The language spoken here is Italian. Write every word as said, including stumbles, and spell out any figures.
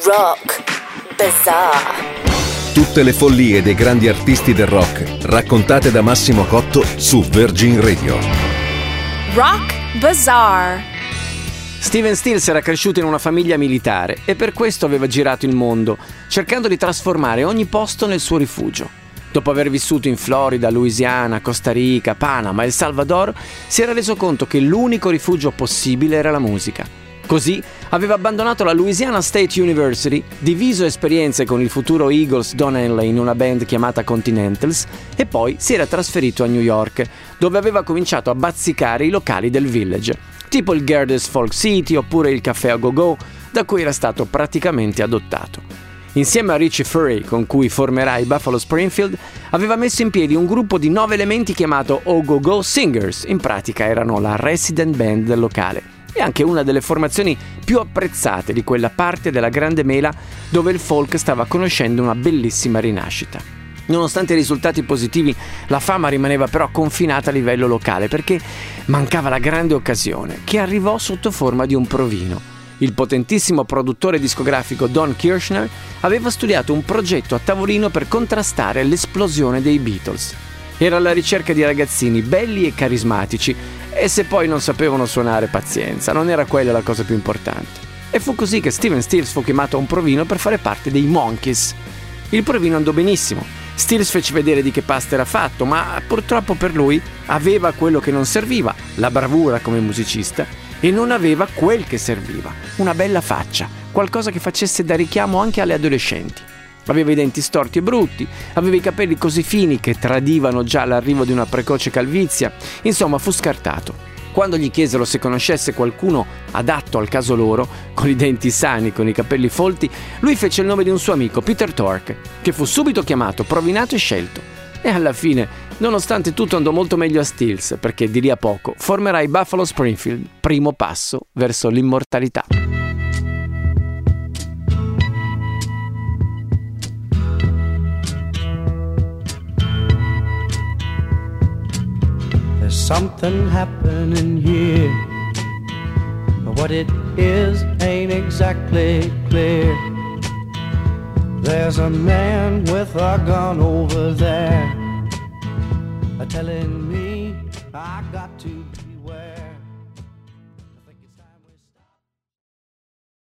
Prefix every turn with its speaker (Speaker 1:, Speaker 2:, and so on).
Speaker 1: Rock Bazaar.
Speaker 2: Tutte le follie dei grandi artisti del rock, raccontate da Massimo Cotto su Virgin Radio.
Speaker 1: Rock Bazaar.
Speaker 3: Steven Stills era cresciuto in una famiglia militare e per questo aveva girato il mondo, cercando di trasformare ogni posto nel suo rifugio. Dopo aver vissuto in Florida, Louisiana, Costa Rica, Panama e El Salvador, si era reso conto che l'unico rifugio possibile era la musica. Così aveva abbandonato la Louisiana State University, diviso esperienze con il futuro Eagles Don Henley in una band chiamata Continentals e poi si era trasferito a New York, dove aveva cominciato a bazzicare i locali del Village, tipo il Gerdes Folk City oppure il Caffè a Go-Go, da cui era stato praticamente adottato. Insieme a Richie Furay, con cui formerà i Buffalo Springfield, aveva messo in piedi un gruppo di nove elementi chiamato O-Go-Go Singers, in pratica erano la resident band del locale. E anche una delle formazioni più apprezzate di quella parte della Grande Mela dove il folk stava conoscendo una bellissima rinascita. Nonostante i risultati positivi, la fama rimaneva però confinata a livello locale perché mancava la grande occasione, che arrivò sotto forma di un provino. Il potentissimo produttore discografico Don Kirshner aveva studiato un progetto a tavolino per contrastare l'esplosione dei Beatles. Era alla ricerca di ragazzini belli e carismatici e se poi non sapevano suonare, pazienza, non era quella la cosa più importante. E fu così che Steven Stills fu chiamato a un provino per fare parte dei Monkees. Il provino andò benissimo. Stills fece vedere di che pasta era fatto, ma purtroppo per lui aveva quello che non serviva, la bravura come musicista, e non aveva quel che serviva, una bella faccia, qualcosa che facesse da richiamo anche alle adolescenti. Aveva i denti storti e brutti, aveva i capelli così fini che tradivano già l'arrivo di una precoce calvizia, insomma fu scartato. Quando gli chiesero se conoscesse qualcuno adatto al caso loro, con i denti sani, con i capelli folti, lui fece il nome di un suo amico, Peter Tork, che fu subito chiamato, provinato e scelto. E alla fine, nonostante tutto, andò molto meglio a Stills, perché di lì a poco formerà i Buffalo Springfield, primo passo verso l'immortalità.
Speaker 4: There's something happening here, but what it is ain't exactly clear. There's a man with a gun over there, telling me